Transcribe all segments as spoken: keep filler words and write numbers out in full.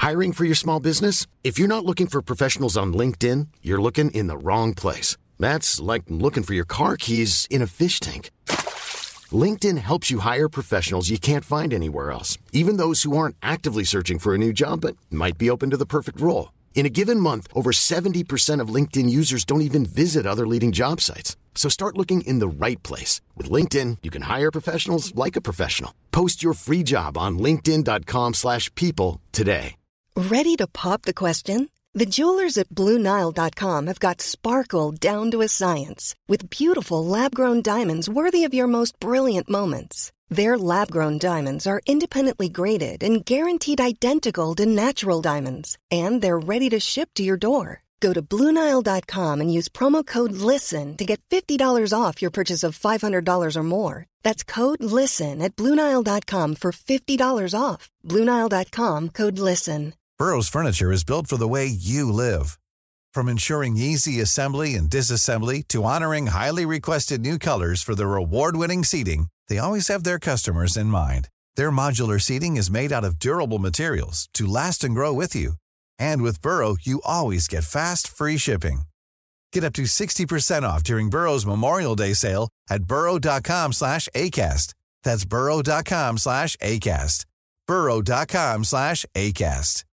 Hiring for your small business? If you're not looking for professionals on LinkedIn, you're looking in the wrong place. That's like looking for your car keys in a fish tank. LinkedIn helps you hire professionals you can't find anywhere else, even those who aren't actively searching for a new job but might be open to the perfect role. In a given month, over seventy percent of LinkedIn users don't even visit other leading job sites. So start looking in the right place. With LinkedIn, you can hire professionals like a professional. Post your free job on linkedin dot com slash people today. Ready to pop the question? The jewelers at Blue Nile dot com have got sparkle down to a science with beautiful lab-grown diamonds worthy of your most brilliant moments. Their lab-grown diamonds are independently graded and guaranteed identical to natural diamonds, and they're ready to ship to your door. Go to Blue Nile dot com and use promo code LISTEN to get fifty dollars off your purchase of five hundred dollars or more. That's code LISTEN at Blue Nile dot com for fifty dollars off. Blue Nile dot com, code LISTEN. Burrow's furniture is built for the way you live. From ensuring easy assembly and disassembly to honoring highly requested new colors for their award-winning seating, they always have their customers in mind. Their modular seating is made out of durable materials to last and grow with you. And with Burrow, you always get fast, free shipping. Get up to sixty percent off during Burrow's Memorial Day sale at burrow dot com slash ACAST. That's burrow dot com slash ACAST. burrow dot com slash ACAST.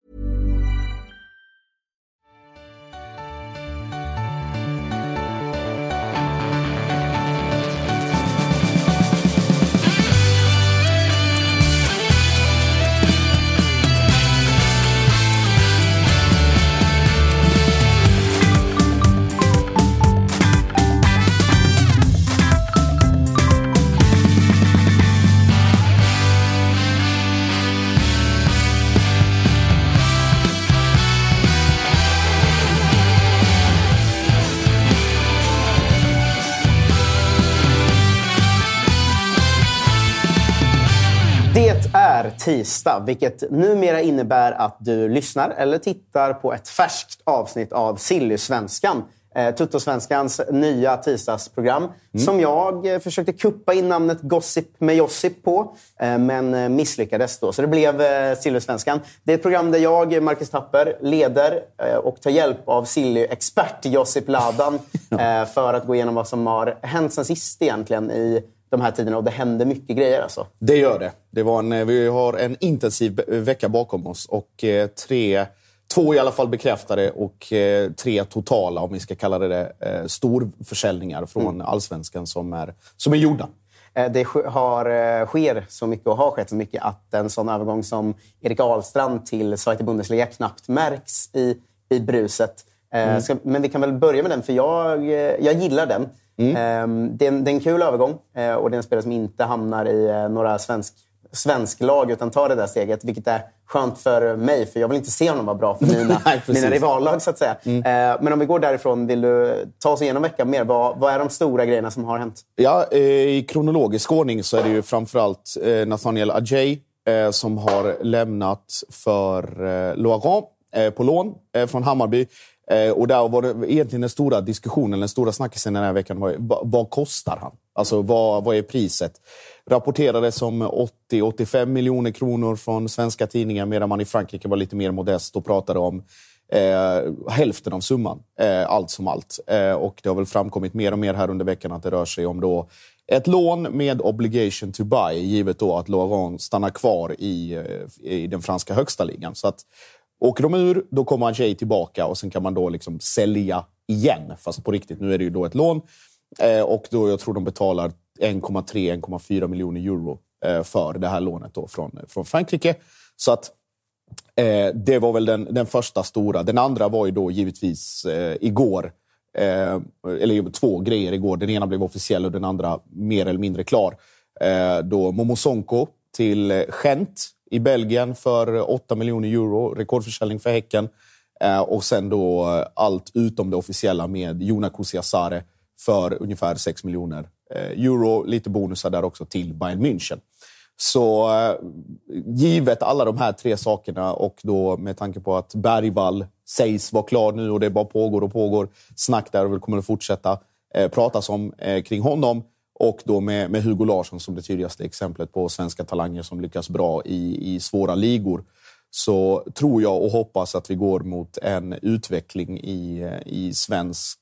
Det är tisdag, vilket numera innebär att du lyssnar eller tittar på ett färskt avsnitt av Sillysvenskan. Eh, Tuttosvenskans nya tisdagsprogram. Mm. Som jag eh, försökte kuppa in namnet Gossip med Josip på. Eh, men eh, misslyckades då. Så det blev eh, Sillysvenskan. Det är ett program där jag, Marcus Tapper, leder eh, och tar hjälp av Silly-expert Josip Ladan. eh, för att gå igenom vad som har hänt sen sist egentligen i de här tiderna, och det händer mycket grejer alltså. Det gör det. Det var en, vi har en intensiv vecka bakom oss och eh, tre, två i alla fall bekräftade och eh, tre totala, om vi ska kalla det det, eh, storförsäljningar från mm. Allsvenskan som är, som är gjorda. Eh, det har, sker så mycket och har skett så mycket att en sån övergång som Erik Ahlstrand till Zweite Bundesliga knappt märks i, i bruset. Eh, mm. ska, men vi kan väl börja med den, för jag, jag gillar den. Mm. Det, är en, det är en kul övergång och det är en spelare som inte hamnar i några svensk, svensk lag utan tar det där steget, vilket är skönt för mig, för jag vill inte se honom vara bra för mina, Nej, mina rivallag så att säga. Mm. Men om vi går därifrån, vill du ta oss igenom veckan mer? Vad, vad är de stora grejerna som har hänt? Ja, i kronologisk ordning så är det ju framförallt Nathaniel Adjei som har lämnat för Loiran på lån från Hammarby. Eh, och där var det egentligen den stora diskussionen, den stora snackisen den här veckan var vad, vad kostar han? Alltså vad, vad är priset? Rapporterades som åttio till åttiofem miljoner kronor från svenska tidningar, medan man i Frankrike var lite mer modest och pratade om eh, hälften av summan, eh, allt som allt. Eh, och det har väl framkommit mer och mer här under veckan att det rör sig om då ett lån med obligation to buy, givet då att Laurent stannar kvar i, i den franska högsta ligan. Så att åker de ur, då kommer Adjei tillbaka och sen kan man då liksom sälja igen. Fast på riktigt, nu är det ju då ett lån. Eh, och då jag tror de betalar en komma tre till en komma fyra miljoner euro eh, för det här lånet då från, från Frankrike. Så att eh, det var väl den, den första stora. Den andra var ju då givetvis eh, igår. Eh, eller två grejer igår. Den ena blev officiell och den andra mer eller mindre klar. Eh, då Momo Sonko till Gent i Belgien för åtta miljoner euro, rekordförsäljning för Häcken. Eh, och sen då allt utom det officiella med Jona Kusiasare för ungefär sex miljoner eh, euro. Lite bonusar där också till Bayern München. Så eh, givet alla de här tre sakerna och då med tanke på att Bergvall sägs vara klar nu och det bara pågår och pågår snack där och väl kommer att fortsätta eh, pratas om eh, kring honom. Och då med, med Hugo Larsson som det tydligaste exemplet på svenska talanger som lyckas bra i, i svåra ligor. så tror jag och hoppas att vi går mot en utveckling i, i svensk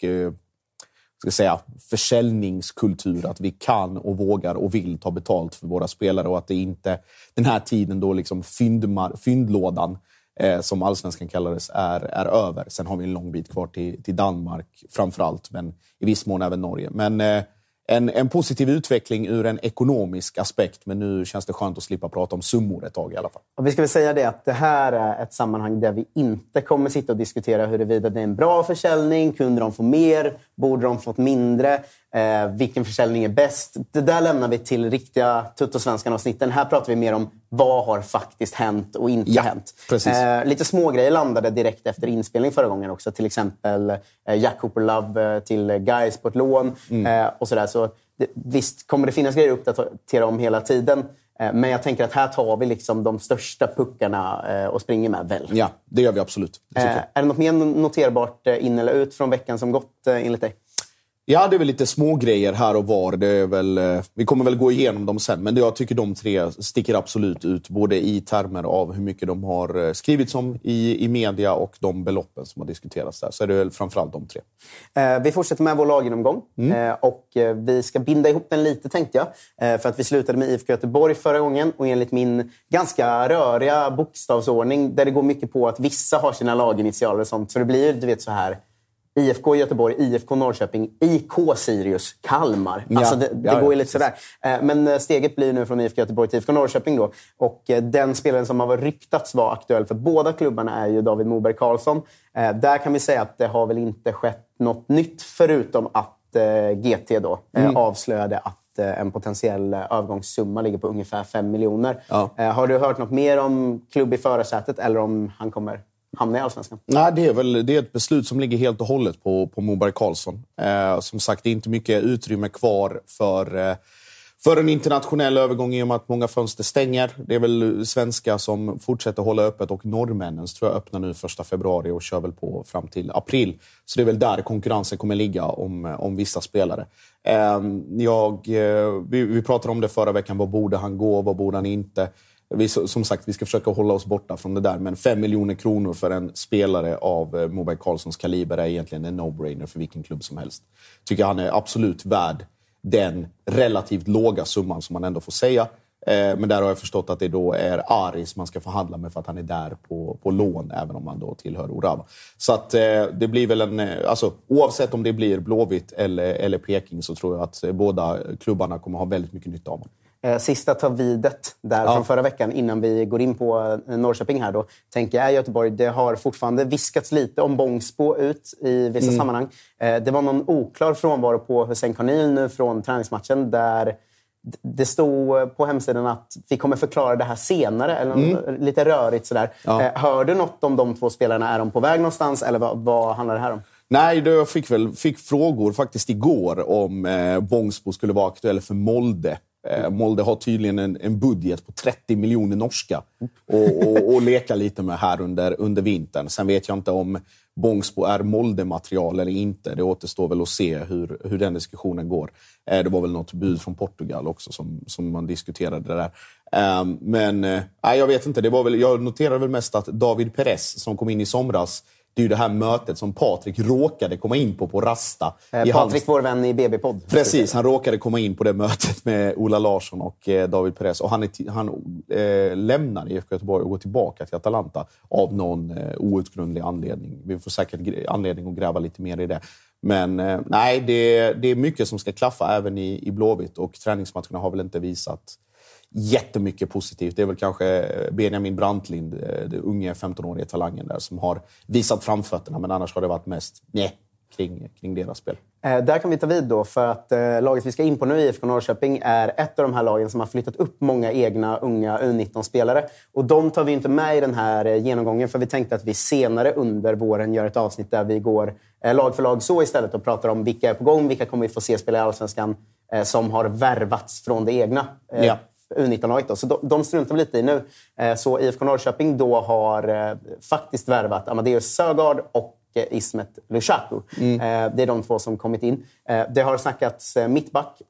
ska säga, försäljningskultur. Att vi kan och vågar och vill ta betalt för våra spelare och att det inte den här tiden då liksom fyndmar, fyndlådan eh, som allsvenskan kallades är, är över. Sen har vi en lång bit kvar till, till Danmark framförallt, men i viss mån även Norge. Men eh, En, en positiv utveckling ur en ekonomisk aspekt, men nu känns det skönt att slippa prata om summor ett tag i alla fall. Och vi ska väl säga det att det här är ett sammanhang där vi inte kommer sitta och diskutera huruvida det är en bra försäljning, kunde de få mer, borde de fått mindre, eh, vilken försäljning är bäst. Det där lämnar vi till riktiga tuttosvenskan-avsnitten. Här pratar vi mer om vad har faktiskt hänt och inte ja, hänt. Precis. Eh, lite små grejer landade direkt efter inspelning förra gången också. Till exempel eh, Jack Cooper Love till Guys på ett lån mm. eh, och sådär. Så det, visst kommer det finnas grejer att uppdatera om hela tiden. Eh, men jag tänker att här tar vi liksom de största puckarna eh, och springer med väl. Ja, det gör vi absolut. Det eh, är det något mer noterbart eh, in eller ut från veckan som gått eh, enligt dig? Ja, det är väl lite små grejer här och var. Det är väl, vi kommer väl gå igenom dem sen. Men jag tycker de tre sticker absolut ut. Både i termer av hur mycket de har skrivits om i, i media och de beloppen som har diskuterats där. Så är det väl framförallt de tre. Eh, vi fortsätter med vår laggenomgång. Mm. Eh, och eh, vi ska binda ihop den lite, tänkte jag. Eh, för att vi slutade med I F K Göteborg förra gången. Och enligt min ganska röriga bokstavsordning, där det går mycket på att vissa har sina laginitialer och sånt. Så det blir, du vet, så här... I F K Göteborg, I F K Norrköping, I K Sirius, Kalmar. Ja, alltså det, det ja, går ju lite sådär. Men steget blir nu från I F K Göteborg till I F K Norrköping då. Och den spelaren som har ryktats vara aktuell för båda klubbarna är ju David Moberg Karlsson. Där kan vi säga att det har väl inte skett något nytt förutom att G T då mm. avslöjade att en potentiell övergångssumma ligger på ungefär fem miljoner. Ja. Har du hört något mer om klubb i förarsätet eller om han kommer hamna i Allsvenskan? Nej, det är väl det är ett beslut som ligger helt och hållet på, på Moberg Karlsson. Eh, som sagt, det är inte mycket utrymme kvar för, eh, för en internationell övergång i och med att många fönster stänger. Det är väl svenska som fortsätter hålla öppet och norrmännen tror jag öppnar nu första februari och kör väl på fram till april. Så det är väl där konkurrensen kommer ligga om, om vissa spelare. Eh, jag, eh, vi, vi pratade om det förra veckan. Vad borde han gå? Vad borde han inte? Vi, som sagt, vi ska försöka hålla oss borta från det där. Men fem miljoner kronor för en spelare av Moberg Karlssons kaliber är egentligen en no-brainer för vilken klubb som helst. Tycker han är absolut värd den relativt låga summan som man ändå får säga. Eh, men där har jag förstått att det då är Aris man ska förhandla med för att han är där på, på lån, även om han då tillhör Orava. Så att eh, det blir väl en... Alltså, oavsett om det blir Blåvitt eller, eller Peking så tror jag att båda klubbarna kommer ha väldigt mycket nytta av honom. Sista tar videt där ja. från förra veckan innan vi går in på Norrköping här då. Tänker jag Göteborg, det har fortfarande viskats lite om Bångsbo ut i vissa mm. sammanhang. Det var någon oklar frånvaro på Hussein Karnil nu från träningsmatchen där det stod på hemsidan att vi kommer förklara det här senare eller mm. lite rörigt sådär. Ja. Hör du något om de två spelarna? Är de på väg någonstans eller vad, vad handlar det här om? Nej, jag fick väl fick frågor faktiskt igår om eh, Bångsbo skulle vara aktuell för Molde. Eh, Molde har tydligen en, en budget på trettio miljoner norska och, och, och leka lite med här under, under vintern. Sen vet jag inte om Bångsbo är Molde-material eller inte. Det återstår väl att se hur, hur den diskussionen går. Eh, det var väl något bud från Portugal också som, som man diskuterade där. Eh, men eh, jag vet inte, det var väl, jag noterade väl mest att David Perez som kom in i somras, det är ju det här mötet som Patrik råkade komma in på på Rasta. Eh, Patrik, hans... vår vän i B B-podd. Precis, han råkade komma in på det mötet med Ola Larsson och eh, David Perez. Och han, är t- han eh, lämnar I F K Göteborg och går tillbaka till Atalanta av någon eh, outgrundlig anledning. Vi får säkert gr- anledning att gräva lite mer i det. Men eh, nej, det, det är mycket som ska klaffa även i, i Blåvitt. Och träningsmatcherna har väl inte visat jättemycket positivt. Det är väl kanske Benjamin Brantlind, den unge femton-åriga talangen där, som har visat framfötterna, men annars har det varit mest nej, kring, kring deras spel. Eh, där kan vi ta vid då, för att eh, laget vi ska in på nu, I F K Norrköping, är ett av de här lagen som har flyttat upp många egna unga U nitton-spelare. Och de tar vi inte med i den här eh, genomgången, för vi tänkte att vi senare under våren gör ett avsnitt där vi går eh, lag för lag så istället och pratar om vilka är på gång, vilka kommer vi få se spela i Allsvenskan eh, som har värvats från det egna. Eh, ja. U nitton-laget då. Så de, de struntar vi lite i nu. Eh, så I F K Norrköping då har eh, faktiskt värvat Amadeus Sögaard och eh, Ismet Lushaku. Mm. Eh, det är de två som kommit in. Eh, det har snackats eh, mittback och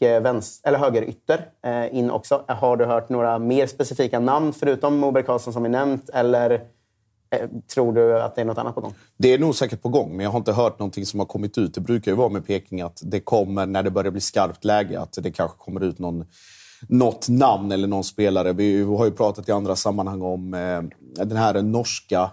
vänster, eller högerytter eh, in också. Har du hört några mer specifika namn förutom Moberg Karlsson som vi nämnt? Eller eh, tror du att det är något annat på gång? Det är nog säkert på gång, men jag har inte hört någonting som har kommit ut. Det brukar ju vara med Peking att det kommer när det börjar bli skarpt läge. Att det kanske kommer ut någon, något namn eller någon spelare. Vi har ju pratat i andra sammanhang om eh, den här norska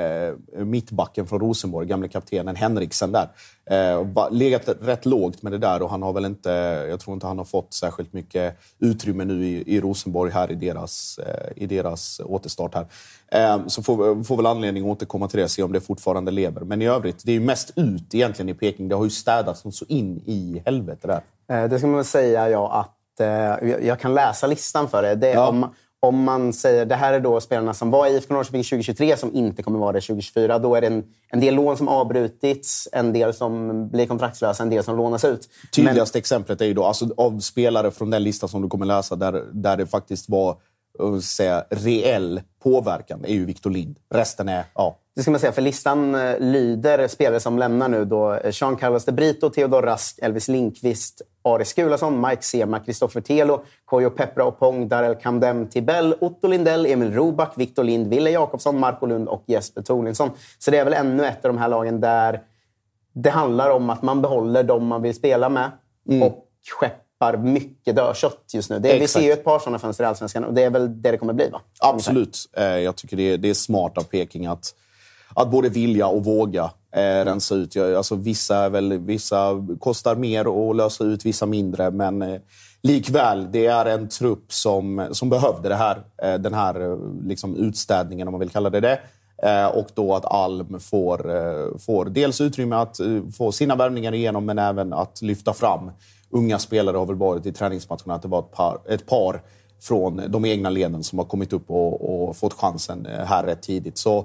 Eh, mittbacken från Rosenborg, gamla kaptenen Henriksen där. Eh, legat rätt lågt med det där och han har väl inte, jag tror inte han har fått särskilt mycket utrymme nu i, i Rosenborg här i deras, eh, i deras återstart här. Eh, så får, får väl anledning att återkomma till det och se om det fortfarande lever. Men i övrigt, det är ju mest ut egentligen i Peking. Det har ju städats så in i helvete där. Eh, det ska man väl säga, ja, att eh, jag kan läsa listan för det. Det är ja. om Om man säger, det här är då spelarna som var i I F K Norrköping tjugo tjugotre som inte kommer vara det tjugo tjugofyra. Då är det en, en del lån som avbrutits, en del som blir kontraktslösa, en del som lånas ut. Tydligaste Men... exemplet är ju då, alltså av spelare från den listan som du kommer läsa där, där det faktiskt var säga, reell påverkan, är ju Victor Lind. Resten är, ja. Det ska man säga, för listan lyder spelare som lämnar nu då Jean Carlos de Brito, Theodor Rask, Elvis Lindqvist, Ari Skulason, Mike Sema, Kristoffer Telo, Koyo Pepra Opong, Darrell Kamdem Tibell, Otto Lindell, Emil Roback, Victor Lind, Ville Jakobsson, Marco Lund och Jesper Thorlinsson. Så det är väl ännu ett av de här lagen där det handlar om att man behåller dem man vill spela med mm. och skeppar mycket dörrkött just nu. Det, vi ser ju ett par sådana fönster i Allsvenskan och det är väl det det kommer bli, va? Absolut. Eh, jag tycker det är, det är smart av Peking att Att både vilja och våga eh, rensa ut. Alltså, vissa, är väl, vissa kostar mer att lösa ut, vissa mindre. Men eh, likväl, det är en trupp som, som behövde det här, eh, den här liksom, utstädningen, om man vill kalla det det. Eh, och då att Alm får, eh, får dels utrymme att eh, få sina värvningar igenom, men även att lyfta fram unga spelare. Har väl varit i träningsmatcherna att det var ett par, ett par från de egna leden som har kommit upp och, och fått chansen här rätt tidigt. Så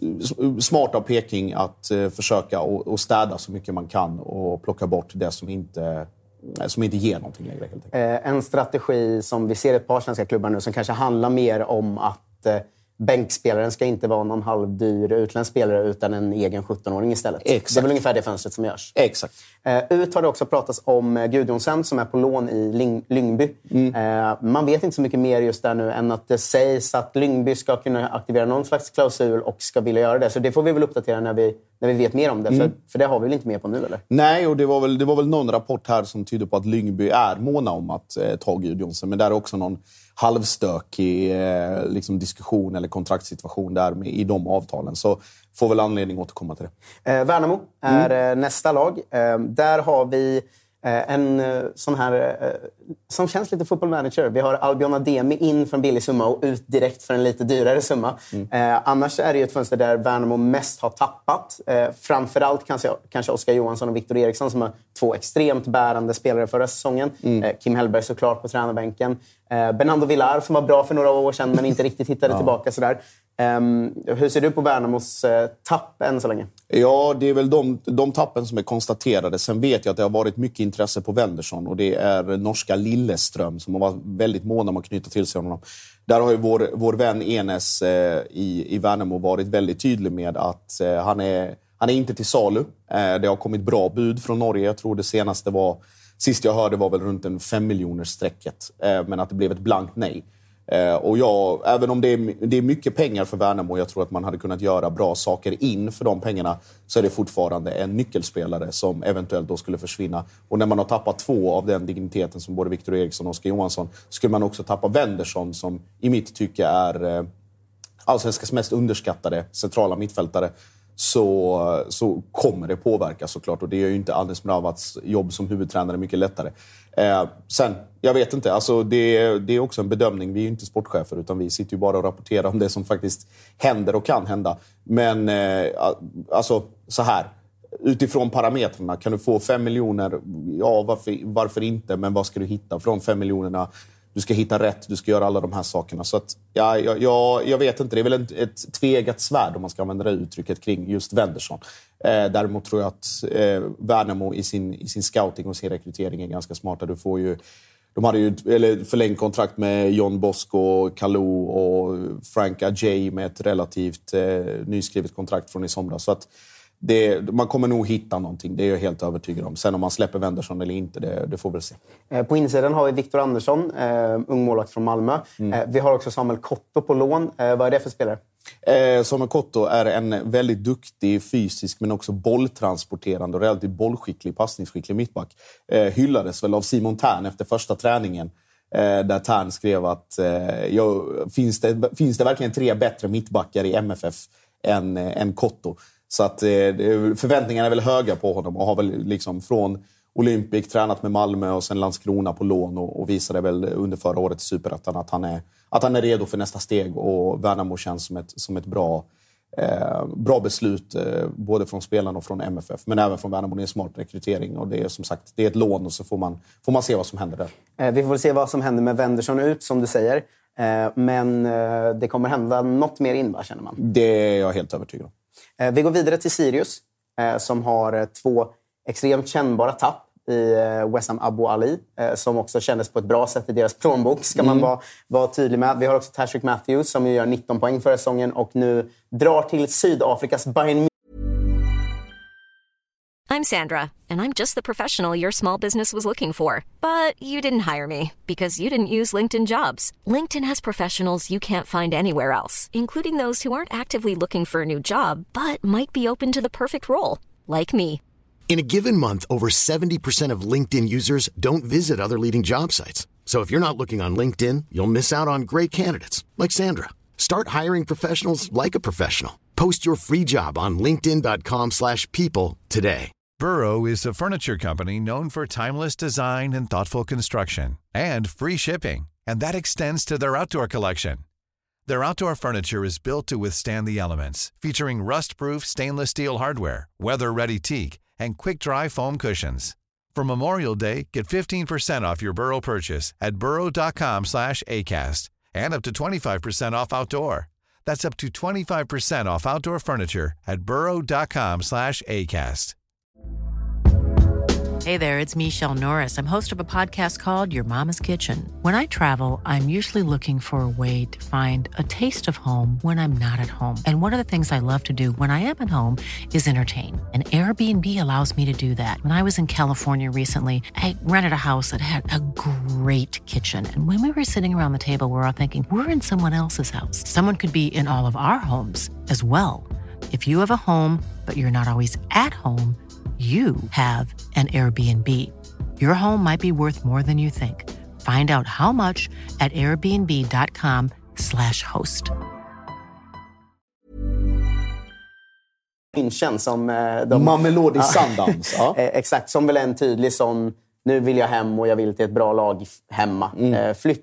smart av Peking att eh, försöka och, och städa så mycket man kan och plocka bort det som inte, som inte ger någonting längre. Helt enkelt. Eh, en strategi som vi ser i ett par svenska klubbar nu som kanske handlar mer om att eh, bänkspelaren ska inte vara någon halvdyr utländsk spelare utan en egen sjuttonåring istället. Exakt. Det är väl ungefär det fönstret som görs. Exakt. Eh, ut har det också pratats om Gudjonsen som är på lån i Ling- Lyngby. Mm. Eh, man vet inte så mycket mer just där nu än att det sägs att Lyngby ska kunna aktivera någon slags klausul och ska vilja göra det. Så det får vi väl uppdatera när vi, när vi vet mer om det. Mm. För, för det har vi väl inte mer på nu, eller? Nej, och det var väl, det var väl någon rapport här som tyder på att Lyngby är måna om att eh, ta Gudjonsen. Men där är också någon halvstökig eh, liksom diskussion eller kontraktssituation där med, i de avtalen. Så får väl anledning att återkomma till det. Eh, Värnamo är mm. nästa lag. Eh, där har vi eh, en eh, sån här eh, som känns lite football manager. Vi har Albion Ademi in för en billig summa och ut direkt för en lite dyrare summa. Mm. Eh, annars är det ju ett fönster där Värnamo mest har tappat. Eh, framförallt kanske, kanske Oskar Johansson och Viktor Eriksson som har två extremt bärande spelare förra säsongen. Mm. Eh, Kim Hellberg såklart på tränarbänken. Eh, Bernardo Villar som var bra för några år sedan men inte riktigt hittade ja. tillbaka sådär. Um, hur ser du på Värnamos uh, tapp än så länge? Ja, det är väl de, de tappen som är konstaterade. Sen vet jag att det har varit mycket intresse på Wendersson och det är norska Lilleström som har varit väldigt måna om att knyta till sig honom. Där har ju vår, vår vän Enes eh, i, i Värnamo varit väldigt tydlig med att eh, han, är, han är inte till salu. Eh, det har kommit bra bud från Norge. Jag tror det senaste var, sist jag hörde var väl runt en fem miljoner strecket. Eh, men att det blev ett blankt nej. Eh, och jag, även om det är, det är mycket pengar för Värnamo och jag tror att man hade kunnat göra bra saker in för de pengarna, så är det fortfarande en nyckelspelare som eventuellt då skulle försvinna. Och när man har tappat två av den digniteten som både Viktor Eriksson och Oskar Johansson, skulle man också tappa Wendersson som i mitt tycke är eh, allsvenskans mest underskattade centrala mittfältare. Så, så kommer det påverka såklart. Och det gör ju inte Anders Mravats jobb som huvudtränare mycket lättare. Eh, sen, jag vet inte. Alltså det, det är också en bedömning. Vi är ju inte sportchefer utan vi sitter ju bara och rapporterar om det som faktiskt händer och kan hända. Men eh, alltså så här. Utifrån parametrarna, kan du få fem miljoner? Ja, varför, varför inte? Men vad ska du hitta från fem miljonerna? Du ska hitta rätt, du ska göra alla de här sakerna. Så att, ja, jag, jag vet inte, det är väl ett, ett tvegat svärd om man ska använda det uttrycket kring just Wendersson. Eh, däremot tror jag att eh, Värnamo i sin, i sin scouting och sin rekrytering är ganska smarta. Du får ju, de hade ju eller förlängt kontrakt med John Bosco, Kalou och Frank Ajay med ett relativt eh, nyskrivet kontrakt från i somras. Så att det, man kommer nog hitta någonting, det är jag helt övertygad om. Sen om man släpper Wendersson eller inte, det, det får vi se. På insidan har vi Victor Andersson, eh, ung målvakt från Malmö. Mm. Eh, vi har också Samuel Kotto på lån. Eh, vad är det för spelare? Eh, Samuel Kotto är en väldigt duktig fysisk men också bolltransporterande och relativt bollskicklig, passningsskicklig mittback. Eh, hyllades väl av Simon Tern efter första träningen. Eh, där Tern skrev att eh, jag, finns, det, finns det verkligen tre bättre mittbackar i M F F än, eh, än Kotto? Så att, eh, förväntningarna är väl höga på honom och har väl liksom från Olympic tränat med Malmö och sen Landskrona på lån och, och visade väl under förra året i Superettan att han är, att han är redo för nästa steg, och Värnamo känns som ett, som ett bra, eh, bra beslut eh, både från spelarna och från M F F, men även från Värnamo. Det är en smart rekrytering och det är som sagt det är ett lån, och så får man, får man se vad som händer där. Eh, vi får se vad som händer med Wendersson ut, som du säger. Eh, men eh, det kommer hända något mer in, va, känner man? Det är jag helt övertygad om. Eh, vi går vidare till Sirius eh, som har eh, två extremt kännbara tapp i eh, Wessam Abu Ali, eh, som också kändes på ett bra sätt i deras plånbok, ska man mm. vara, vara tydlig med. Vi har också Tashreeq Matthews som gör nitton poäng förra säsongen och nu drar till Sydafrikas Bayern. I'm Sandra, and I'm just the professional your small business was looking for. But you didn't hire me because you didn't use LinkedIn Jobs. LinkedIn has professionals you can't find anywhere else, including those who aren't actively looking for a new job, but might be open to the perfect role, like me. In a given month, over seventy percent of LinkedIn users don't visit other leading job sites. So if you're not looking on LinkedIn, you'll miss out on great candidates like Sandra. Start hiring professionals like a professional. Post your free job on linkedin dot com slash people today. Burrow is a furniture company known for timeless design and thoughtful construction and free shipping, and that extends to their outdoor collection. Their outdoor furniture is built to withstand the elements, featuring rust-proof stainless steel hardware, weather-ready teak, and quick-dry foam cushions. For Memorial Day, get fifteen percent off your Burrow purchase at burrow dot com slash acast, and up to twenty-five percent off outdoor. That's up to twenty-five percent off outdoor furniture at burrow dot com slash acast. Hey there, it's Michelle Norris. I'm host of a podcast called Your Mama's Kitchen. When I travel, I'm usually looking for a way to find a taste of home when I'm not at home. And one of the things I love to do when I am at home is entertain. And Airbnb allows me to do that. When I was in California recently, I rented a house that had a great kitchen. And when we were sitting around the table, we were all thinking, we're in someone else's house. Someone could be in all of our homes as well. If you have a home, but you're not always at home, you have an Airbnb. Your home might be worth more than you think. Find out how much at airbnb dot com slash host. Känns som de... Mamelodi Sundowns. Ja. Exakt, som väl en tydlig sån, nu vill jag hem och jag vill till ett bra lag hemma. Mm. Flytt.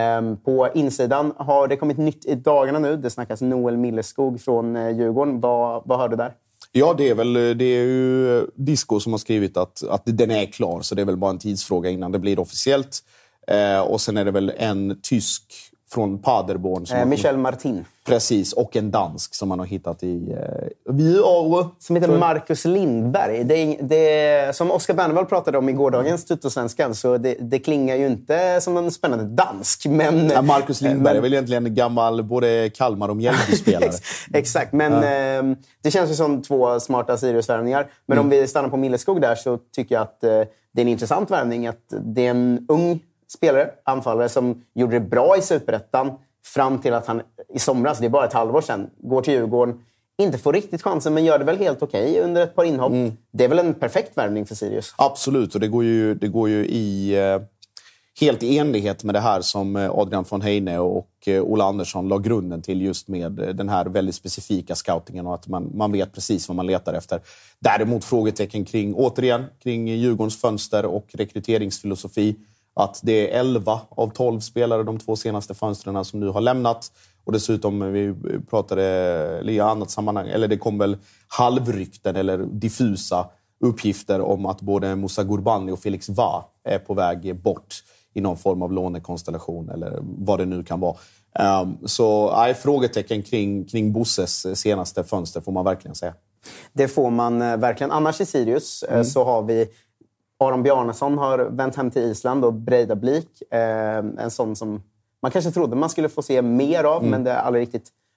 På insidan har det kommit nytt i dagarna nu. Det snackas Noel Milleskog från Djurgården. Vad, vad hör du där? Ja, det är väl det är ju Disco som har skrivit att, att den är klar. Så det är väl bara en tidsfråga innan det blir officiellt. Eh, och sen är det väl en tysk från Paderborn. Som eh, har, Michel Martin. Precis, och en dansk som man har hittat i... Eh, Viore. Som heter Marcus Lindberg. Det, det, som Oskar Bernevall pratade om i gårdagens Tuttosvenskan, så det, det klingar ju inte som en spännande dansk. Men, ja, Marcus Lindberg men, är väl egentligen en gammal både Kalmar och Mjällby-spelare. Exakt, men ja. eh, det känns ju som två smarta Sirius-värvningar. Men mm. om vi stannar på Milleskog där, så tycker jag att eh, det är en intressant värvning. Att det är en ung spelare, anfallare, som gjorde det bra i Superettan fram till att han i somras, det är bara ett halvår sedan, går till Djurgården, inte får riktigt chansen men gör det väl helt okej okay under ett par inhopp. Mm. Det är väl en perfekt värvning för Sirius? Absolut, och det går ju, det går ju i eh, helt i enlighet med det här som Adrian von Heine och eh, Ola Andersson la grunden till, just med den här väldigt specifika scoutingen, och att man, man vet precis vad man letar efter. Däremot frågetecken kring, återigen, kring Djurgårdens fönster och rekryteringsfilosofi. Att det är elva av tolv spelare de två senaste fönstren som nu har lämnat. Och dessutom, vi pratade i annat sammanhang, eller det kom väl halvrykten eller diffusa uppgifter om att både Moussa Gourbani och Felix Va är på väg bort i någon form av lånekonstellation eller vad det nu kan vara. Um, så nej, frågetecken kring, kring Bosses senaste fönster får man verkligen säga. Det får man verkligen. Annars i Sirius mm. så har vi Aron Bjarnason har vänt hem till Island och Breidablik. Eh, en sån som man kanske trodde man skulle få se mer av, mm. men det har aldrig riktigt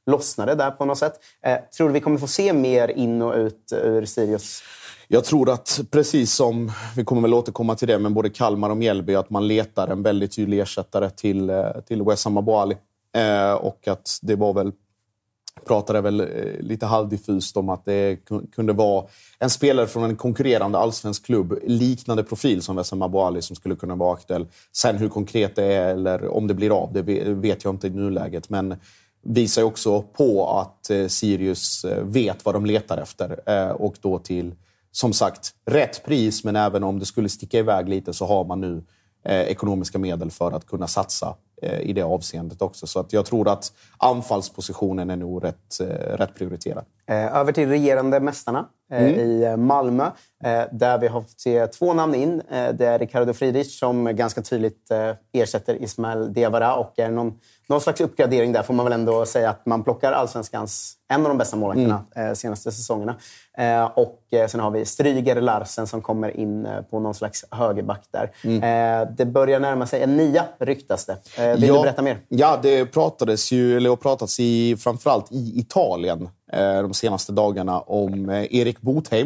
lossnade där på något sätt. Eh, tror du vi kommer få se mer in och ut ur Sirius? Jag tror att precis som, vi kommer väl återkomma till det, men både Kalmar och Mjällby, att man letar en väldigt tydlig ersättare till, till Wessam Abouali. Eh, och att det var väl, pratade väl lite halvdiffust om att det kunde vara en spelare från en konkurrerande allsvensk klubb, liknande profil som Wessam Abouali, som skulle kunna vara aktuell. Sen hur konkret det är eller om det blir av, det vet jag inte i nuläget. Men visar ju också på att eh, Sirius vet vad de letar efter. Eh, och då till, som sagt, rätt pris, men även om det skulle sticka iväg lite så har man nu eh, ekonomiska medel för att kunna satsa eh, i det avseendet också. Så att jag tror att anfallspositionen är nog rätt, eh, rätt prioriterad. Eh, över till regerande mästarna eh, mm. i Malmö. Eh, där vi har fått se två namn in. Eh, det är Ricardo Friedrich som ganska tydligt eh, ersätter Ismael Diawara. Och är någon, någon slags uppgradering där får man väl ändå säga att man plockar allsvenskans en av de bästa målvakterna mm. eh, senaste säsongerna. Eh, och eh, sen har vi Stryger Larsen som kommer in eh, på någon slags högerback där. Mm. Eh, det börjar närma sig en nia, ryktas det. Eh, vill ja, du berätta mer? Ja, det pratades ju, eller har pratats i, framförallt i Italien de senaste dagarna om Erik Botheim,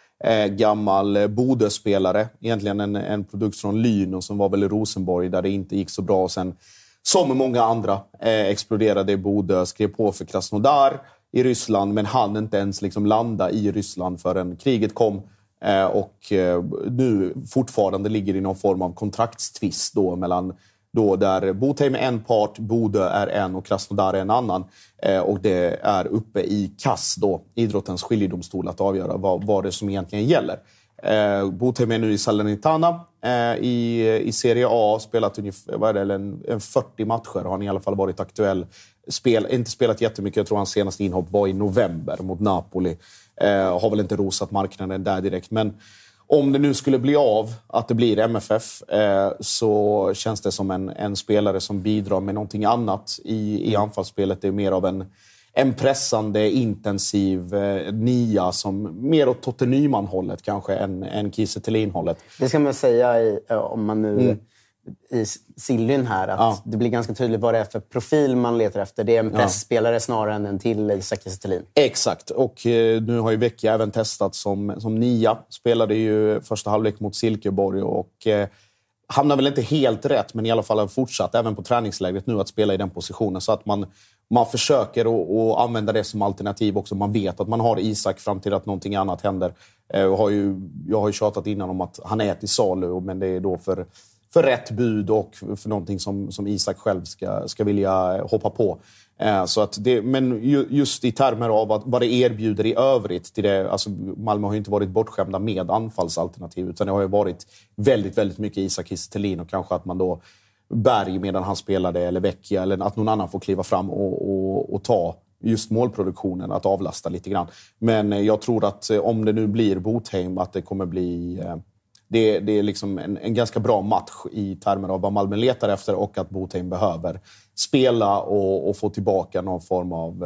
gammal Bodø-spelare, egentligen en, en produkt från Lyn och som var väl i Rosenborg där det inte gick så bra och sen som många andra eh, exploderade i Bodø, skrev på för Krasnodar i Ryssland men hann inte ens liksom landa i Ryssland förrän kriget kom eh, och eh, nu fortfarande ligger i någon form av kontraktstvist då mellan Då där Botheim är en part, Bodø är en och Krasnodar är en annan. Eh, och det är uppe i K A S då, idrottens skiljedomstol, att avgöra vad, vad det som egentligen gäller. Eh, Botheim är nu i Salernitana eh, i, i Serie A, spelat ungefär vad är det, en, en fyrtio matcher. Har han i alla fall varit aktuell. Spel, inte spelat jättemycket, jag tror hans senaste inhopp var i november mot Napoli. Eh, har väl inte rosat marknaden där direkt, men om det nu skulle bli av att det blir M F F eh, så känns det som en, en spelare som bidrar med någonting annat i, i anfallsspelet. Det är mer av en, en pressande, intensiv eh, nia som mer åt Totte Nyman-hållet kanske än, än Kiese Thelin-hållet. Det ska man säga i, om man nu... Mm. i Sillyn här, att ja. det blir ganska tydligt vad det är för profil man letar efter. Det är en pressspelare ja. snarare än en till Isak Kiese Thelin. Exakt, och eh, nu har ju Vecchia även testat som, som nia. Spelade ju första halvlek mot Silkeborg och eh, hamnar väl inte helt rätt, men i alla fall har fortsatt även på träningslägret nu att spela i den positionen. Så att man, man försöker att använda det som alternativ också. Man vet att man har Isak fram till att någonting annat händer. Eh, jag, har ju, jag har ju tjatat innan om att han är till salu, men det är då för... för rätt bud och för någonting som, som Isak själv ska, ska vilja hoppa på. Eh, så att det, men ju, just i termer av att, vad det erbjuder i övrigt. Till det, alltså Malmö har ju inte varit bortskämda med anfallsalternativ, utan det har ju varit väldigt, väldigt mycket Isak Kiese Thelin och kanske att man då Berg medan han spelade eller Vecchia eller att någon annan får kliva fram och, och, och ta just målproduktionen, att avlasta lite grann. Men jag tror att om det nu blir Botheim att det kommer bli... Eh, Det, det är liksom en, en ganska bra match i termer av vad Malmö letar efter och att Botheim behöver spela och, och få tillbaka någon form av,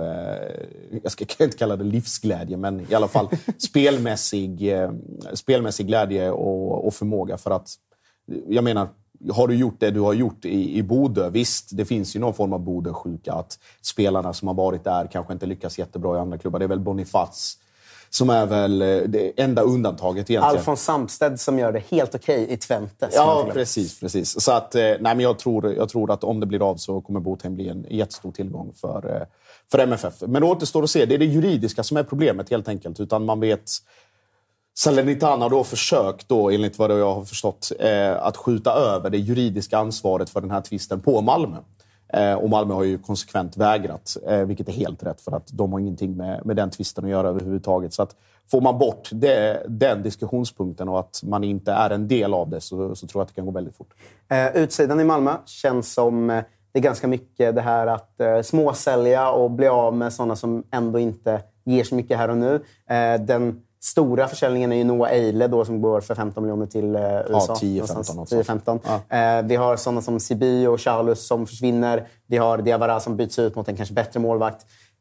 eh, jag ska inte kalla det livsglädje, men i alla fall spelmässig, eh, spelmässig glädje och, och förmåga. För att, jag menar, har du gjort det du har gjort i, i Bodø, visst, det finns ju någon form av Bodø-sjuka att spelarna som har varit där kanske inte lyckas jättebra i andra klubbar. Det är väl Bonifaz som är väl det enda undantaget egentligen. Alfons Samsted som gör det helt okej i Twente. Ja, precis, precis. Så att, nej, men jag tror, jag tror att om det blir av så kommer Botheim bli en jättestor tillgång för, för M F F. Men det återstår att se. Det är det juridiska som är problemet helt enkelt. Utan man vet... Salernitana har då försökt, då, enligt vad jag har förstått, eh, att skjuta över det juridiska ansvaret för den här tvisten på Malmö. Eh, och Malmö har ju konsekvent vägrat, eh, vilket är helt rätt för att de har ingenting med, med den tvisten att göra överhuvudtaget. Så att får man bort det, den diskussionspunkten och att man inte är en del av det så, så tror jag att det kan gå väldigt fort. Eh, utsidan i Malmö känns som eh, det är ganska mycket det här att eh, småsälja och bli av med sådana som ändå inte ger så mycket här och nu. Eh, den stora försäljningen är ju Noah Eile då, som går för femton miljoner till eh, U S A. Ja, tio femton. tio femton. Ja. Eh, vi har sådana som Siby och Charles som försvinner. Vi har Diawara som byts ut mot en kanske bättre målvakt.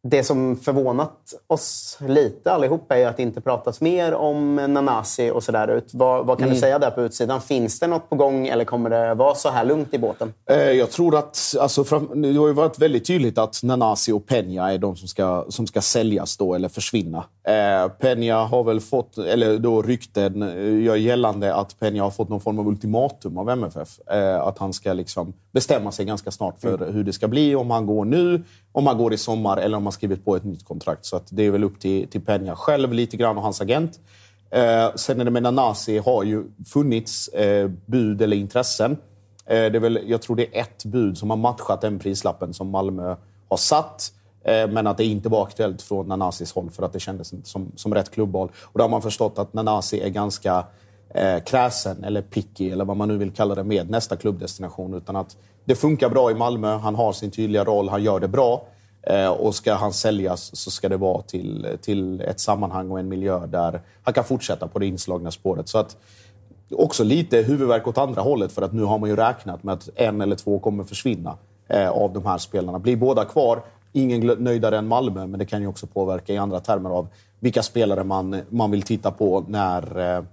Det som förvånat oss lite allihop är ju att det inte pratas mer om Nanasi och sådär ut. Vad, vad kan mm. du säga där på utsidan? Finns det något på gång eller kommer det vara så här lugnt i båten? Eh, jag tror att, alltså, fram, det har ju varit väldigt tydligt att Nanasi och Peña är de som ska, som ska säljas då eller försvinna. Eh, Peña har väl fått, eller då rykten gör gällande att Peña har fått någon form av ultimatum av M F F. Eh, att han ska liksom bestämma sig ganska snart för mm. hur det ska bli, om han går nu, om han går i sommar eller om han skrivit på ett nytt kontrakt. Så att det är väl upp till, till Peña själv lite grann och hans agent. Eh, sen är det med Nanasi har ju funnits eh, bud eller intressen. Eh, det är väl, jag tror det är ett bud som har matchat den prislappen som Malmö har satt. Eh, men att det inte var aktuellt från Nanasis håll för att det kändes som, som rätt klubbval. Och då har man förstått att Nanasi är ganska eh, kräsen eller picky eller vad man nu vill kalla det med nästa klubbdestination. Utan att det funkar bra i Malmö, han har sin tydliga roll, han gör det bra. Eh, och ska han säljas så ska det vara till, till ett sammanhang och en miljö där han kan fortsätta på det inslagna spåret. Så att också lite huvudvärk åt andra hållet för att nu har man ju räknat med att en eller två kommer försvinna eh, av de här spelarna. Blir båda kvar, ingen nöjdare än Malmö, men det kan ju också påverka i andra termer av vilka spelare man, man vill titta på när, eh,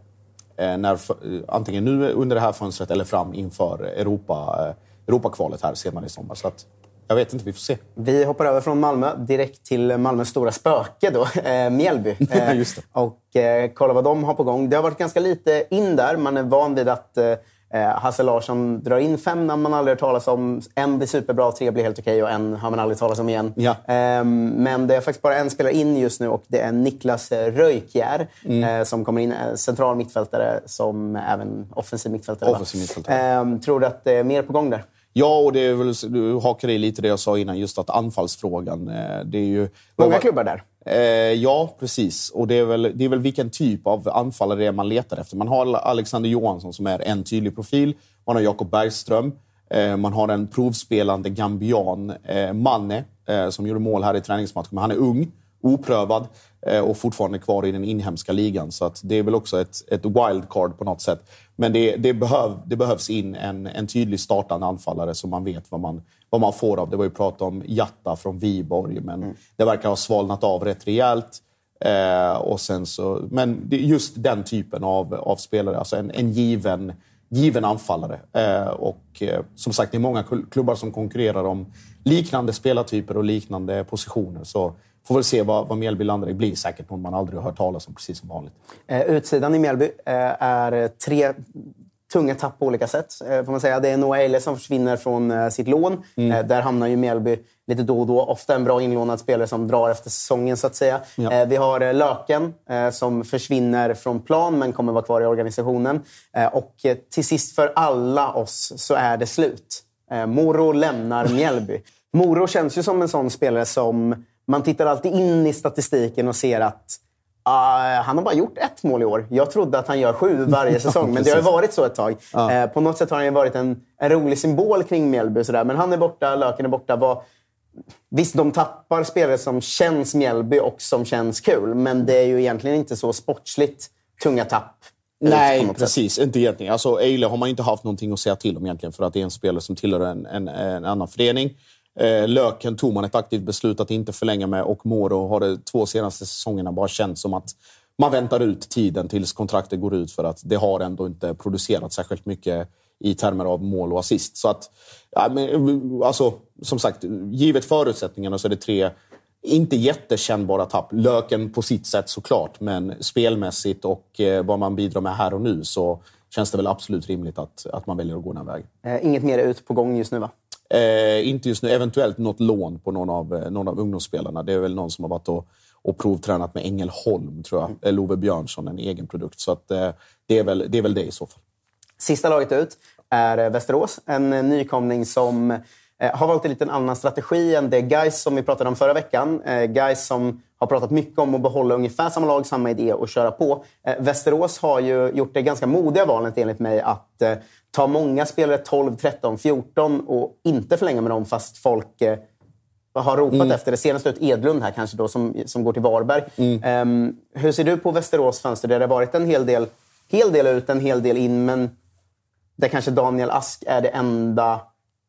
när antingen nu under det här fönstret eller fram inför Europa, eh, Europakvalet här senare i sommar. Så att jag vet inte, vi får se. Vi hoppar över från Malmö direkt till Malmös stora spöke då, eh, Mjällby. Eh, Just det. Och eh, kolla vad de har på gång. Det har varit ganska lite in där. Man är van vid att eh, Hasse Larsson drar in fem namn man aldrig hört talas om. En blir superbra, tre blir helt okej och en har man aldrig talas om igen. Ja. Eh, men det är faktiskt bara en spelare in just nu och det är Niklas Röjkjär mm. eh, som kommer in, central mittfältare som även offensiv mittfältare. Offensiv mittfältare. Eh, tror du att det är mer på gång där? Ja, och det är väl, du hakar i lite det jag sa innan, just att anfallsfrågan, det är ju... Många klubbar där. Eh, ja, precis. Och det är, väl, det är väl vilken typ av anfallare det är man letar efter. Man har Alexander Johansson som är en tydlig profil. Man har Jakob Bergström. Eh, man har en provspelande gambian, eh, Manne, eh, som gjorde mål här i träningsmatchen. Men han är ung, oprövad eh, och fortfarande kvar i den inhemska ligan. Så att det är väl också ett, ett wildcard på något sätt. Men det, det, behöv, det behövs in en, en tydlig startande anfallare så man vet vad man, vad man får av. Det var ju prat om Jatta från Viborg, men mm. det verkar ha svalnat av rätt rejält. Eh, och sen så, men det är just den typen av, av spelare, alltså en, en given, given anfallare. Eh, och eh, som sagt, det är många klubbar som konkurrerar om liknande spelartyper och liknande positioner. Så får väl se vad, vad Mjällby landar i. Blir säkert någon man aldrig har hört talas om, precis som vanligt. Eh, utsidan i Mjällby eh, är tre tunga tapp på olika sätt. Eh, får man säga. Det är Noah Eile som försvinner från eh, sitt lån. Mm. Eh, där hamnar ju Mjällby lite då och då. Ofta en bra inlånad spelare som drar efter säsongen, så att säga. Ja. Eh, vi har eh, Löken eh, som försvinner från plan men kommer vara kvar i organisationen. Eh, och eh, till sist för alla oss så är det slut. Eh, Moro lämnar Mjällby. Moro känns ju som en sån spelare som man tittar alltid in i statistiken och ser att uh, han har bara gjort ett mål i år. Jag trodde att han gör sju varje säsong, ja, men det har ju varit så ett tag. Ja. Uh, på något sätt har han ju varit en, en rolig symbol kring Mjällby. Sådär. Men han är borta, Löken är borta. Var... Visst, de tappar spelare som känns Mjällby och som känns kul. Men det är ju egentligen inte så sportsligt tunga tapp. Nej, precis. Sätt. Inte egentligen. Alltså, Eile har man inte haft någonting att säga till om egentligen för att det är en spelare som tillhör en, en, en annan förening. Löken tog man ett aktivt beslut att inte förlänga med och Moro har de två senaste säsongerna bara känt som att man väntar ut tiden tills kontraktet går ut för att det har ändå inte producerat särskilt mycket i termer av mål och assist. Så att, ja, men, alltså, som sagt, givet förutsättningarna så är det tre inte jättekännbara tapp. Löken på sitt sätt såklart, men spelmässigt och eh, vad man bidrar med här och nu så känns det väl absolut rimligt att, att man väljer att gå den här vägen. Eh, inget mer ut på gång just nu, va? Eh, inte just nu. Eventuellt något lån på någon av, någon av ungdomsspelarna. Det är väl någon som har varit och, och provtränat med Ängelholm, tror jag. Mm. Love Björnsson, en egen produkt. Så att, eh, det, är väl, det är väl det i så fall. Sista laget ut är Västerås. En nykomling som eh, har valt en liten annan strategi än det Gais som vi pratade om förra veckan. Eh, Gais som har pratat mycket om att behålla ungefär samma lag, samma idé och köra på. Eh, Västerås har ju gjort det ganska modiga valet enligt mig att eh, ta många spelare tolv, tretton, fjorton och inte förlänga med dem fast folk eh, har ropat mm. efter det. Senast ut Edlund här kanske då som, som går till Varberg. Mm. Eh, hur ser du på Västerås fönster? Det har varit en hel del, hel del ut, en hel del in, men där kanske Daniel Ask är det enda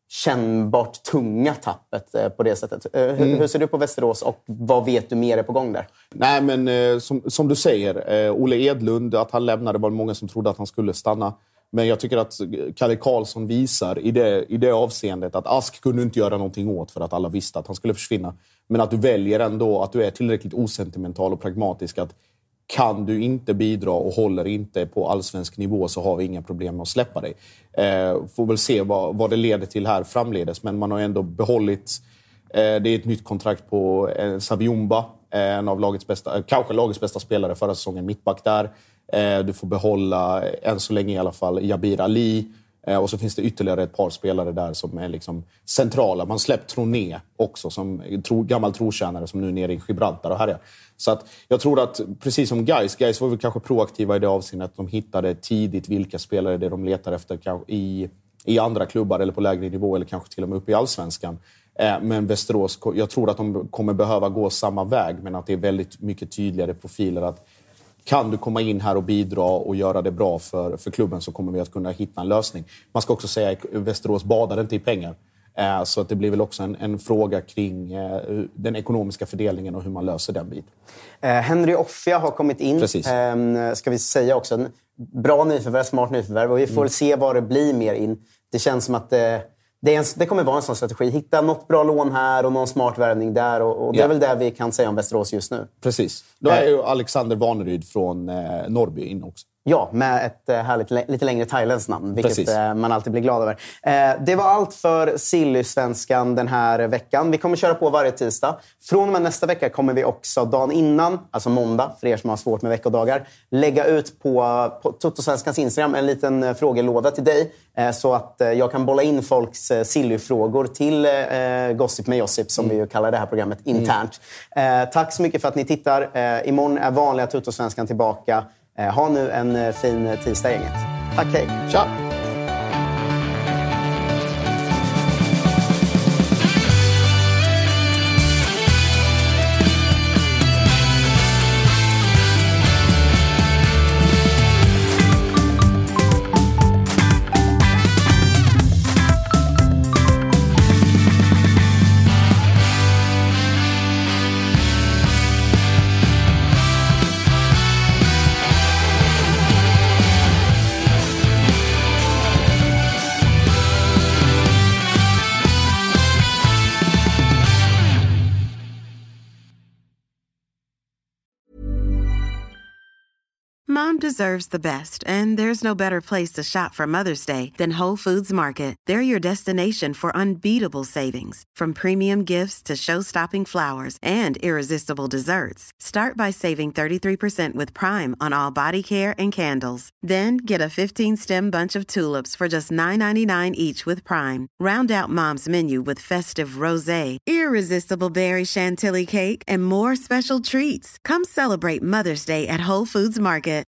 kännbart tunga tappet eh, på det sättet. Eh, hur, mm. hur ser du på Västerås och vad vet du mer är på gång där? Nej, men eh, som, som du säger, eh, Olle Edlund, att han lämnade, var många som trodde att han skulle stanna. Men jag tycker att Kalle Karlsson visar i det, i det avseendet att Ask kunde inte göra någonting åt för att alla visste att han skulle försvinna. Men att du väljer ändå att du är tillräckligt osentimental och pragmatisk att kan du inte bidra och håller inte på allsvensk nivå så har vi inga problem med att släppa dig. Eh, får väl se vad, vad det leder till här framledes. Men man har ändå behållit, eh, det är ett nytt kontrakt på eh, Saviumba, eh, en av lagets bästa, eh, kanske lagets bästa spelare förra säsongen, mittback där. Eh, du får behålla, eh, än så länge i alla fall, Jabir Ali. Eh, och så finns det ytterligare ett par spelare där som är liksom centrala. Man släppt Troné också som tro, gammal trotjänare som nu är nere i Gibraltar och här. Så att jag tror att precis som Gais, Gais var väl kanske proaktiva i det avseendet att de hittade tidigt vilka spelare det de letar efter i, i andra klubbar eller på lägre nivå eller kanske till och med upp i allsvenskan. Eh, men Västerås, jag tror att de kommer behöva gå samma väg men att det är väldigt mycket tydligare profiler att kan du komma in här och bidra och göra det bra för, för klubben så kommer vi att kunna hitta en lösning. Man ska också säga att Västerås badar inte i pengar. Eh, så att det blir väl också en, en fråga kring eh, den ekonomiska fördelningen och hur man löser den biten. Eh, Henry Offia har kommit in. Precis. Eh, ska vi säga också. En bra nyförvärv, smart nyförvärv. Och vi får mm. väl se vad det blir mer in. Det känns som att eh, det, är en, det kommer vara en sån strategi. Hitta något bra lån här och någon smart värvning där. Och, och det ja. är väl det vi kan säga om Västerås just nu. Precis. Då är ju Alexander Vaneryd från eh, Norrby in också. Ja, med ett härligt, lite längre thailändskt namn, vilket Precis. man alltid blir glad över. Det var allt för Silly-svenskan den här veckan. Vi kommer köra på varje tisdag. Från och med nästa vecka kommer vi också dagen innan, alltså måndag, för er som har svårt med veckodagar, lägga ut på, på Toto-svenskans Instagram en liten frågelåda till dig. Så att jag kan bolla in folks Silly-frågor till eh, Gossip med Josip, som mm. vi ju kallar det här programmet internt. Mm. Eh, tack så mycket för att ni tittar. Eh, imorgon är vanliga Toto-svenskan tillbaka. Ha nu en fin tisdag, gänget. Tack, hej. Tja! Mom deserves the best, and there's no better place to shop for Mother's Day than Whole Foods Market. They're your destination for unbeatable savings, from premium gifts to show-stopping flowers and irresistible desserts. Start by saving thirty-three percent with Prime on all body care and candles. Then get a fifteen-stem bunch of tulips for just nine ninety-nine each with Prime. Round out Mom's menu with festive rosé, irresistible berry chantilly cake, and more special treats. Come celebrate Mother's Day at Whole Foods Market.